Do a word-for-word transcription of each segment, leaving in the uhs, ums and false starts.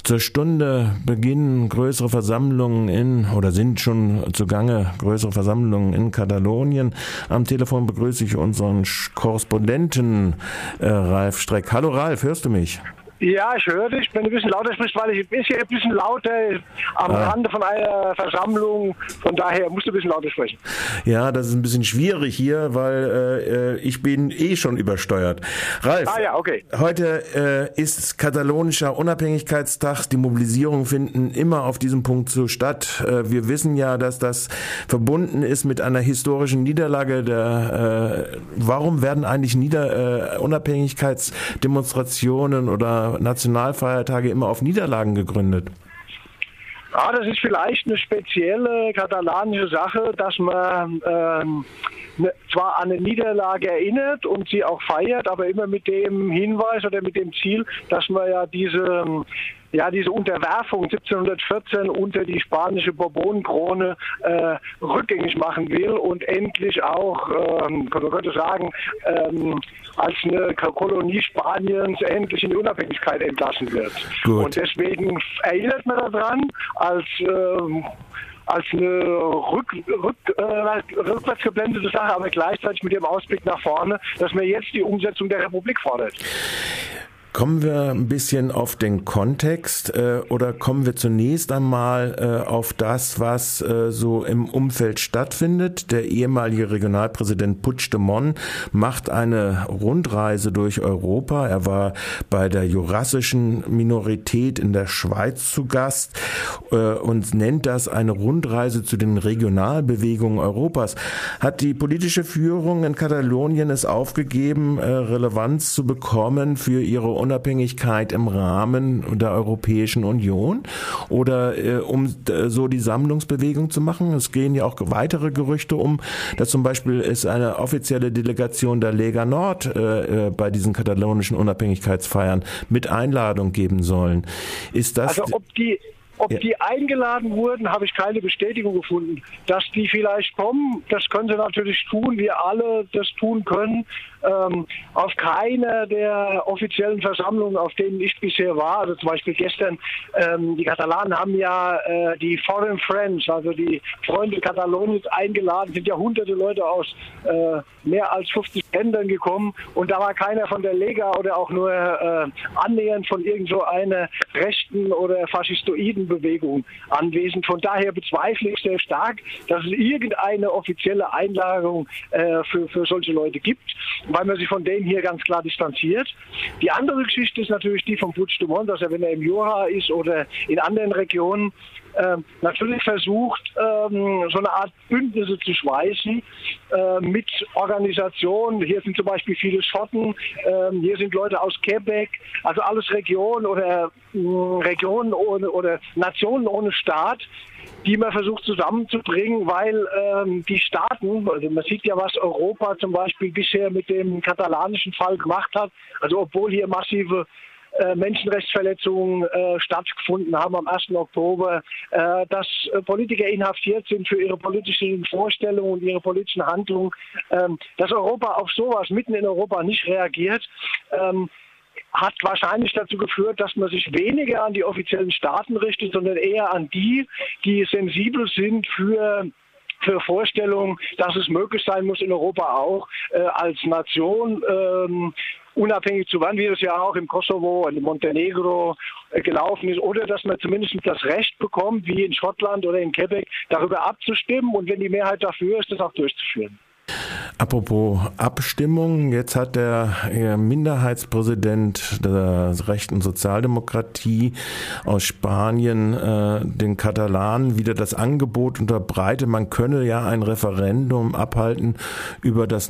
Zur Stunde beginnen größere Versammlungen in, oder sind schon zugange, größere Versammlungen in Katalonien. Am Telefon begrüße ich unseren Korrespondenten äh, Ralf Streck. Hallo Ralf, hörst du mich? Ja, ich höre dich. Ich bin ein bisschen lauter spricht, weil ich bin hier ein bisschen lauter am ah. Rande von einer Versammlung. Von daher musst du ein bisschen lauter sprechen. Ja, das ist ein bisschen schwierig hier, weil äh, ich bin eh schon übersteuert. Ralf, ah, ja, okay. heute äh, ist katalonischer Unabhängigkeitstag. Die Mobilisierungen finden immer auf diesem Punkt so statt. Äh, wir wissen ja, dass das verbunden ist mit einer historischen Niederlage. Der, äh, warum werden eigentlich Nieder- äh, Unabhängigkeitsdemonstrationen oder Nationalfeiertage immer auf Niederlagen gegründet? Ja, das ist vielleicht eine spezielle katalanische Sache, dass man ähm, ne, zwar an eine Niederlage erinnert und sie auch feiert, aber immer mit dem Hinweis oder mit dem Ziel, dass man ja diese ja diese Unterwerfung siebzehnhundertvierzehn unter die spanische Bourbonenkrone äh, rückgängig machen will und endlich auch, ähm, man könnte sagen, ähm, als eine Kolonie Spaniens endlich in die Unabhängigkeit entlassen wird. Gut. Und deswegen erinnert man daran, als ähm, als eine rück, rück, äh, rückwärts geblendete Sache, aber gleichzeitig mit dem Ausblick nach vorne, dass man jetzt die Umsetzung der Republik fordert. Kommen wir ein bisschen auf den Kontext äh, oder kommen wir zunächst einmal äh, auf das, was äh, so im Umfeld stattfindet. Der ehemalige Regionalpräsident Puigdemont macht eine Rundreise durch Europa. Er war bei der jurassischen Minorität in der Schweiz zu Gast äh, und nennt das eine Rundreise zu den Regionalbewegungen Europas. Hat die politische Führung in Katalonien es aufgegeben, äh, Relevanz zu bekommen für ihre Unabhängigkeit im Rahmen der Europäischen Union oder äh, um äh, so die Sammlungsbewegung zu machen? Es gehen ja auch weitere Gerüchte um, dass zum Beispiel es eine offizielle Delegation der Lega Nord äh, bei diesen katalonischen Unabhängigkeitsfeiern mit Einladung geben sollen. Ist das... Also ob die... Ob Ja. die eingeladen wurden, habe ich keine Bestätigung gefunden. Dass die vielleicht kommen, das können sie natürlich tun, wir alle das tun können. Ähm, auf keiner der offiziellen Versammlungen, auf denen ich bisher war, also zum Beispiel gestern, ähm, die Katalanen haben ja äh, die Foreign Friends, also die Freunde Kataloniens eingeladen, sind ja hunderte Leute aus äh, mehr als fünfzig Ländern gekommen und da war keiner von der Lega oder auch nur äh, annähernd von irgend so einer rechten oder faschistoiden Bewegung anwesend. Von daher bezweifle ich sehr stark, dass es irgendeine offizielle Einladung äh, für, für solche Leute gibt, weil man sich von denen hier ganz klar distanziert. Die andere Geschichte ist natürlich die von Puigdemont, dass er, wenn er im Jura ist oder in anderen Regionen, äh, natürlich versucht, ähm, so eine Art Bündnisse zu schweißen äh, mit Organisationen. Hier sind zum Beispiel viele Schotten, äh, hier sind Leute aus Quebec, also alles Regionen oder mh, Regionen ohne, oder Nationen ohne Staat, die man versucht zusammenzubringen, weil ähm, die Staaten, also man sieht ja, was Europa zum Beispiel bisher mit dem katalanischen Fall gemacht hat, also obwohl hier massive äh, Menschenrechtsverletzungen äh, stattgefunden haben am ersten Oktober, äh, dass äh, Politiker inhaftiert sind für ihre politischen Vorstellungen und ihre politischen Handlungen, ähm, dass Europa auf sowas mitten in Europa nicht reagiert, ähm, hat wahrscheinlich dazu geführt, dass man sich weniger an die offiziellen Staaten richtet, sondern eher an die, die sensibel sind für für Vorstellungen, dass es möglich sein muss, in Europa auch äh, als Nation ähm, unabhängig zu werden, wie das ja auch im Kosovo und in Montenegro äh, gelaufen ist, oder dass man zumindest das Recht bekommt, wie in Schottland oder in Quebec, darüber abzustimmen und wenn die Mehrheit dafür ist, das auch durchzuführen. Apropos Abstimmung, jetzt hat der Minderheitspräsident der rechten Sozialdemokratie aus Spanien äh, den Katalanen wieder das Angebot unterbreitet, man könne ja ein Referendum abhalten über das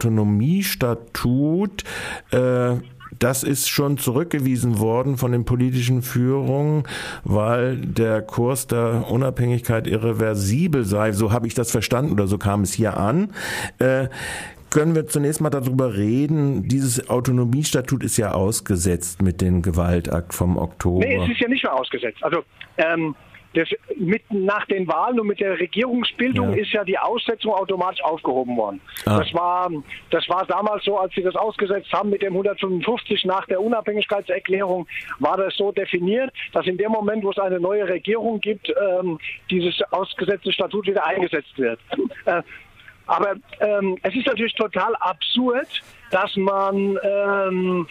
Autonomiestatut. Äh, Das ist schon zurückgewiesen worden von den politischen Führungen, weil der Kurs der Unabhängigkeit irreversibel sei. So habe ich das verstanden oder so kam es hier an. Äh, können wir zunächst mal darüber reden, dieses Autonomiestatut ist ja ausgesetzt mit dem Gewaltakt vom Oktober. Nee, es ist ja nicht mehr ausgesetzt. Also ähm, das, mitten nach den Wahlen und mit der Regierungsbildung ja. ist ja die Aussetzung automatisch aufgehoben worden. Ah. Das war, das war damals so, als sie das ausgesetzt haben mit dem hundertfünfundfünfzig nach der Unabhängigkeitserklärung, war das so definiert, dass in dem Moment, wo es eine neue Regierung gibt, ähm, dieses ausgesetzte Statut wieder eingesetzt wird. Äh, aber ähm, es ist natürlich total absurd, dass man ähm,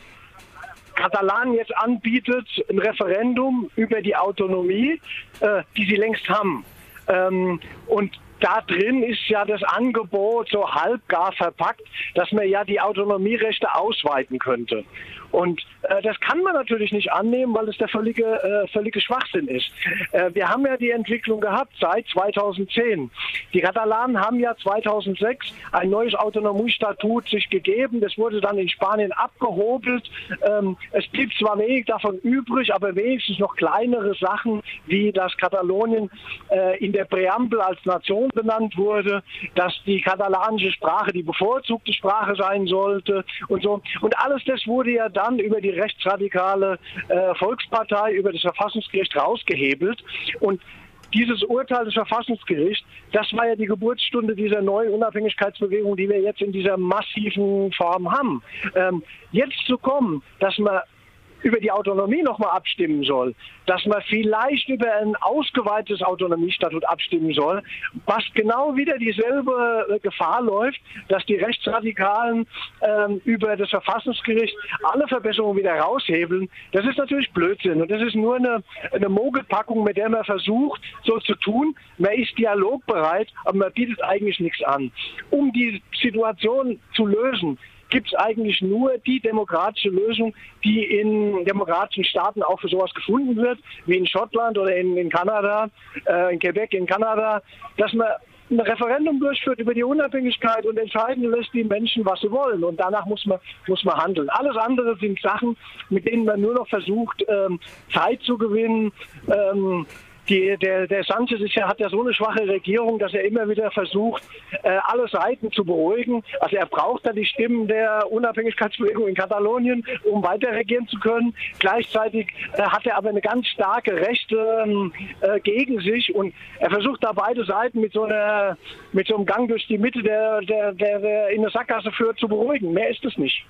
Katalan jetzt anbietet, ein Referendum über die Autonomie, äh, die sie längst haben. Ähm, und da drin ist ja das Angebot so halbgar verpackt, dass man ja die Autonomierechte ausweiten könnte. Und äh, das kann man natürlich nicht annehmen, weil es der völlige, äh, völlige Schwachsinn ist. Äh, wir haben ja die Entwicklung gehabt seit zweitausendzehn. Die Katalanen haben ja zweitausendsechs ein neues Autonomiestatut sich gegeben. Das wurde dann in Spanien abgehobelt. Ähm, es blieb zwar wenig davon übrig, aber wenigstens noch kleinere Sachen, wie dass Katalonien äh, in der Präambel als Nation benannt wurde, dass die katalanische Sprache die bevorzugte Sprache sein sollte und so. Und alles das wurde ja dann über die rechtsradikale äh, Volkspartei, über das Verfassungsgericht rausgehebelt. Und dieses Urteil des Verfassungsgerichts, das war ja die Geburtsstunde dieser neuen Unabhängigkeitsbewegung, die wir jetzt in dieser massiven Form haben. Ähm, jetzt zu kommen, dass man über die Autonomie nochmal abstimmen soll, dass man vielleicht über ein ausgeweitetes Autonomiestatut abstimmen soll, was genau wieder dieselbe Gefahr läuft, dass die Rechtsradikalen ähm, über das Verfassungsgericht alle Verbesserungen wieder raushebeln. Das ist natürlich Blödsinn und das ist nur eine, eine Mogelpackung, mit der man versucht, so zu tun. Man ist dialogbereit, aber man bietet eigentlich nichts an. Um die Situation zu lösen, gibt es eigentlich nur die demokratische Lösung, die in demokratischen Staaten auch für sowas gefunden wird, wie in Schottland oder in, in Kanada, äh, in Quebec, in Kanada, dass man ein Referendum durchführt über die Unabhängigkeit und entscheiden lässt die Menschen, was sie wollen. Und danach muss man, muss man handeln. Alles andere sind Sachen, mit denen man nur noch versucht, ähm, Zeit zu gewinnen. Ähm, Die, der, der Sánchez ist ja, hat ja so eine schwache Regierung, dass er immer wieder versucht, äh, alle Seiten zu beruhigen. Also er braucht da die Stimmen der Unabhängigkeitsbewegung in Katalonien, um weiter regieren zu können. Gleichzeitig äh, hat er aber eine ganz starke Rechte äh, gegen sich und er versucht da beide Seiten mit so einer, mit so einem Gang durch die Mitte, der, der, der, der in eine Sackgasse führt, zu beruhigen. Mehr ist es nicht.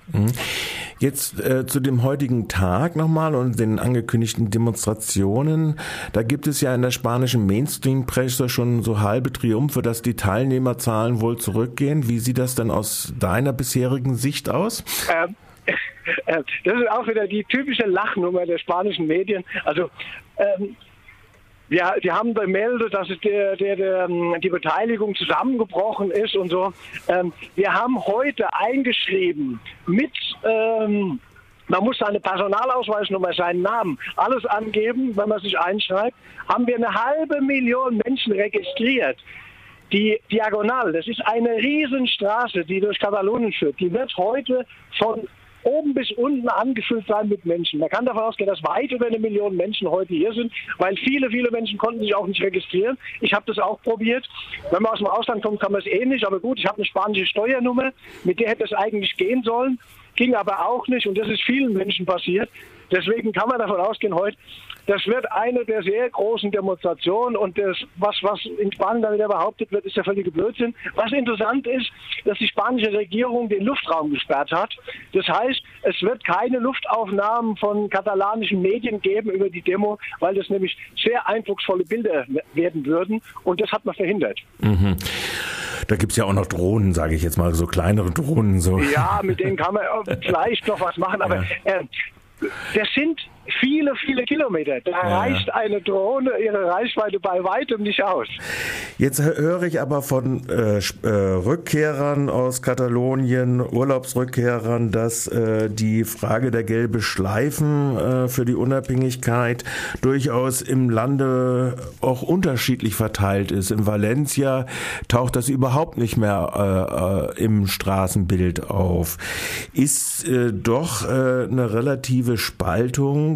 Jetzt äh, zu dem heutigen Tag nochmal und den angekündigten Demonstrationen. Da gibt es ja in der spanischen Mainstream-Presse schon so halbe Triumphe, dass die Teilnehmerzahlen wohl zurückgehen. Wie sieht das denn aus deiner bisherigen Sicht aus? Ähm, äh, das ist auch wieder die typische Lachnummer der spanischen Medien. Also ähm, wir, wir haben bemeldet, dass der, der, der, die Beteiligung zusammengebrochen ist und so. Ähm, wir haben heute eingeschrieben mit ähm, man muss seine Personalausweisnummer, seinen Namen, alles angeben, wenn man sich einschreibt. Haben wir eine halbe Million Menschen registriert. Die Diagonal, das ist eine Riesenstraße, die durch Katalonien führt. Die wird heute von oben bis unten angefüllt sein mit Menschen. Man kann davon ausgehen, dass weit über eine Million Menschen heute hier sind, weil viele, viele Menschen konnten sich auch nicht registrieren. Ich habe das auch probiert. Wenn man aus dem Ausland kommt, kann man es eh nicht. Aber gut, ich habe eine spanische Steuernummer, mit der hätte es eigentlich gehen sollen. Ging aber auch nicht und das ist vielen Menschen passiert. Deswegen kann man davon ausgehen heute, das wird eine der sehr großen Demonstrationen und das, was, was in Spanien dann wieder behauptet wird, ist der völlige Blödsinn. Was interessant ist, dass die spanische Regierung den Luftraum gesperrt hat. Das heißt, es wird keine Luftaufnahmen von katalanischen Medien geben über die Demo, weil das nämlich sehr eindrucksvolle Bilder werden würden und das hat man verhindert. Mhm. Da gibt's ja auch noch Drohnen, sage ich jetzt mal, so kleinere Drohnen. So. Ja, mit denen kann man vielleicht noch was machen, aber ja. äh, das sind viele, viele Kilometer. Da ja. reicht eine Drohne ihre Reichweite bei weitem nicht aus. Jetzt höre ich aber von äh, äh, Rückkehrern aus Katalonien, Urlaubsrückkehrern, dass äh, die Frage der gelben Schleifen äh, für die Unabhängigkeit durchaus im Lande auch unterschiedlich verteilt ist. In Valencia taucht das überhaupt nicht mehr äh, im Straßenbild auf. Ist äh, doch äh, eine relative Spaltung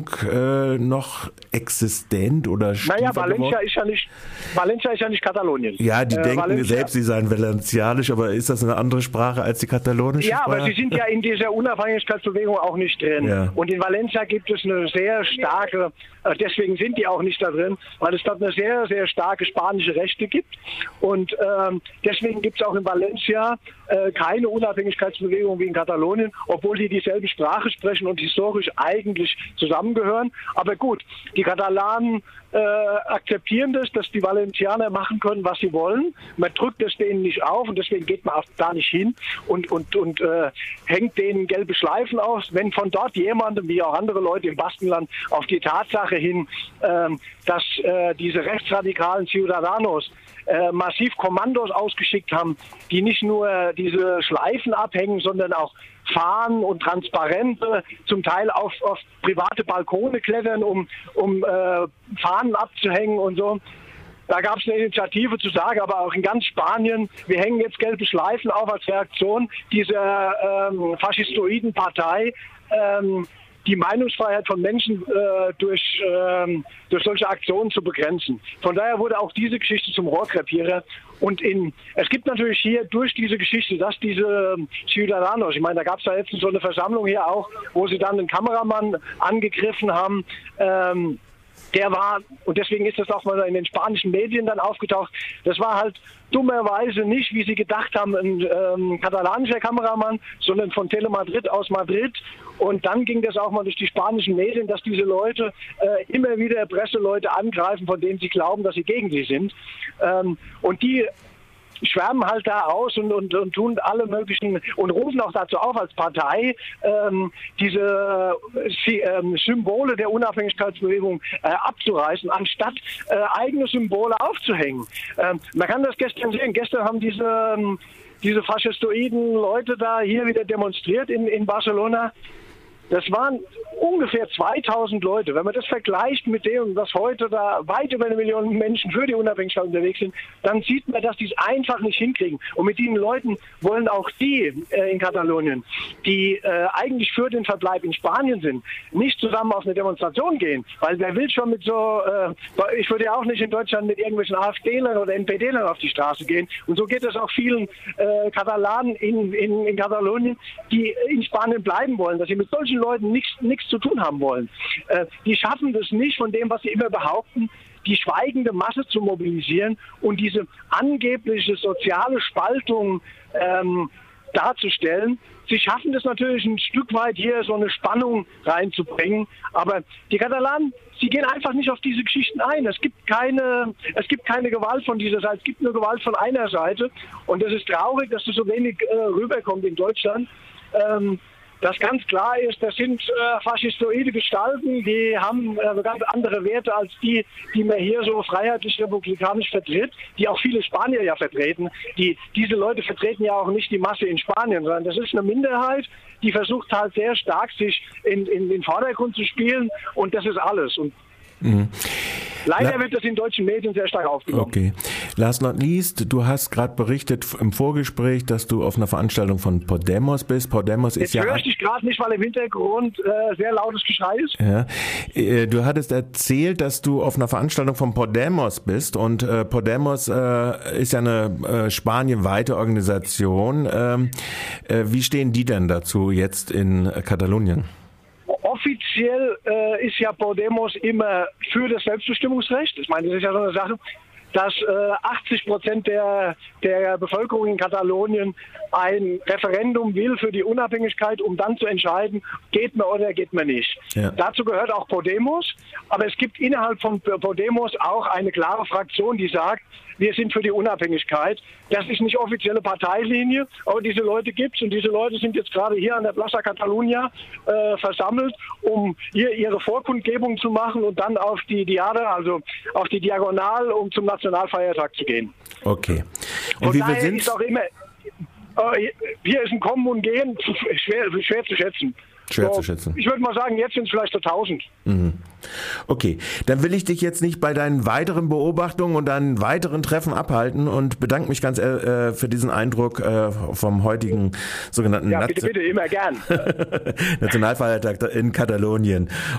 Bewegung äh, noch existent oder Naja, Valencia ist ja nicht, Valencia ist ja nicht Katalonien. Ja, die äh, denken Valencia. selbst, sie seien valencianisch, aber ist das eine andere Sprache als die katalonische Ja, Sprache? aber sie sind ja in dieser Unabhängigkeitsbewegung auch nicht drin. Ja. Und in Valencia gibt es eine sehr starke, äh, deswegen sind die auch nicht da drin, weil es dort eine sehr, sehr starke spanische Rechte gibt. Und ähm, deswegen gibt es auch in Valencia äh, keine Unabhängigkeitsbewegung wie in Katalonien, obwohl die dieselbe Sprache sprechen und historisch eigentlich zusammengehören. Aber gut, die Katalanen äh, akzeptieren das, dass die Valencianer machen können, was sie wollen. Man drückt es denen nicht auf und deswegen geht man auch da nicht hin und, und, und äh, hängt denen gelbe Schleifen aus. Wenn von dort jemandem, wie auch andere Leute im Baskenland, auf die Tatsache hin, äh, dass äh, diese rechtsradikalen Ciudadanos äh, massiv Kommandos ausgeschickt haben, die nicht nur diese Schleifen abhängen, sondern auch Fahnen und Transparente, zum Teil auf, auf private Balkone klettern, um, um äh, Fahnen abzuhängen und so. Da gab es eine Initiative zu sagen, aber auch in ganz Spanien, wir hängen jetzt gelbe Schleifen auf als Reaktion dieser ähm, faschistoiden Partei, ähm, die Meinungsfreiheit von Menschen äh, durch, ähm, durch solche Aktionen zu begrenzen. Von daher wurde auch diese Geschichte zum Rohrkrepierer. Und in, es gibt natürlich hier durch diese Geschichte, dass diese Ciudadanos, ich meine, da gab es ja jetzt so eine Versammlung hier auch, wo sie dann einen Kameramann angegriffen haben, ähm, der war, und deswegen ist das auch mal in den spanischen Medien dann aufgetaucht, das war halt dummerweise nicht, wie sie gedacht haben, ein ähm, katalanischer Kameramann, sondern von Telemadrid aus Madrid. Und dann ging das auch mal durch die spanischen Medien, dass diese Leute äh, immer wieder Presseleute angreifen, von denen sie glauben, dass sie gegen sie sind. Ähm, und die schwärmen halt da aus und, und, und tun alle möglichen und rufen auch dazu auf als Partei, ähm, diese äh, ähm, Symbole der Unabhängigkeitsbewegung äh, abzureißen, anstatt äh, eigene Symbole aufzuhängen. Ähm, man kann das gestern sehen. Gestern haben diese, ähm, diese faschistoiden Leute da hier wieder demonstriert in, in Barcelona. Das waren ungefähr zweitausend Leute. Wenn man das vergleicht mit dem, was heute da weit über eine Million Menschen für die Unabhängigkeit unterwegs sind, dann sieht man, dass die es einfach nicht hinkriegen. Und mit diesen Leuten wollen auch die äh, in Katalonien, die äh, eigentlich für den Verbleib in Spanien sind, nicht zusammen auf eine Demonstration gehen. Weil wer will schon mit so, äh, ich würde ja auch nicht in Deutschland mit irgendwelchen AfD-Lern oder N P D-Lern auf die Straße gehen. Und so geht es auch vielen äh, Katalanen in, in, in Katalonien, die in Spanien bleiben wollen, dass sie mit solchen Leuten nichts nichts zu tun haben wollen. Äh, die schaffen das nicht von dem, was sie immer behaupten, die schweigende Masse zu mobilisieren und diese angebliche soziale Spaltung ähm, darzustellen. Sie schaffen das natürlich ein Stück weit hier so eine Spannung reinzubringen, aber die Katalanen, sie gehen einfach nicht auf diese Geschichten ein. Es gibt keine, es gibt keine Gewalt von dieser Seite, es gibt nur Gewalt von einer Seite und das ist traurig, dass das so wenig äh, rüberkommt in Deutschland. Ähm, Das ganz klar ist, das sind äh, faschistoide Gestalten, die haben äh, ganz andere Werte als die, die man hier so freiheitlich-republikanisch vertritt, die auch viele Spanier ja vertreten. Die, diese Leute vertreten ja auch nicht die Masse in Spanien, sondern das ist eine Minderheit, die versucht halt sehr stark sich in, in den Vordergrund zu spielen und das ist alles. Und Mhm. leider La- wird das in deutschen Medien sehr stark aufgenommen. Okay. Last not least, du hast gerade berichtet im Vorgespräch, dass du auf einer Veranstaltung von Podemos bist. Podemos ist Jetzt ja... höre ich dich gerade nicht, weil im Hintergrund äh, sehr lautes Geschrei ist. Ja. Äh, Du hattest erzählt, dass du auf einer Veranstaltung von Podemos bist und äh, Podemos äh, ist ja eine äh, spanienweite Organisation. Ähm, äh, wie stehen die denn dazu jetzt in äh, Katalonien? Offiziell äh, ist ja Podemos immer für das Selbstbestimmungsrecht. Ich meine, das ist ja so eine Sache, dass äh, achtzig Prozent der, der Bevölkerung in Katalonien ein Referendum will für die Unabhängigkeit, um dann zu entscheiden, geht man oder geht man nicht. Ja. Dazu gehört auch Podemos, aber es gibt innerhalb von Podemos auch eine klare Fraktion, die sagt, wir sind für die Unabhängigkeit. Das ist nicht offizielle Parteilinie, aber diese Leute gibt es und diese Leute sind jetzt gerade hier an der Plaza Catalunya äh, versammelt, um hier ihre Vorkundgebung zu machen und dann auf die Diada, also auf die Diagonal, um zum Nationalfeiertag zu gehen. Okay. Und Von wie viel daher sind ist auch immer, äh, hier ist ein Kommen und Gehen schwer, schwer zu schätzen. Schwer so, zu schätzen. Ich würde mal sagen, jetzt sind es vielleicht so tausend. Mhm. Okay, dann will ich dich jetzt nicht bei deinen weiteren Beobachtungen und deinen weiteren Treffen abhalten und bedanke mich ganz äh, für diesen Eindruck äh, vom heutigen sogenannten Ja, Nat- bitte, bitte, immer gern. Nationalfeiertag in Katalonien.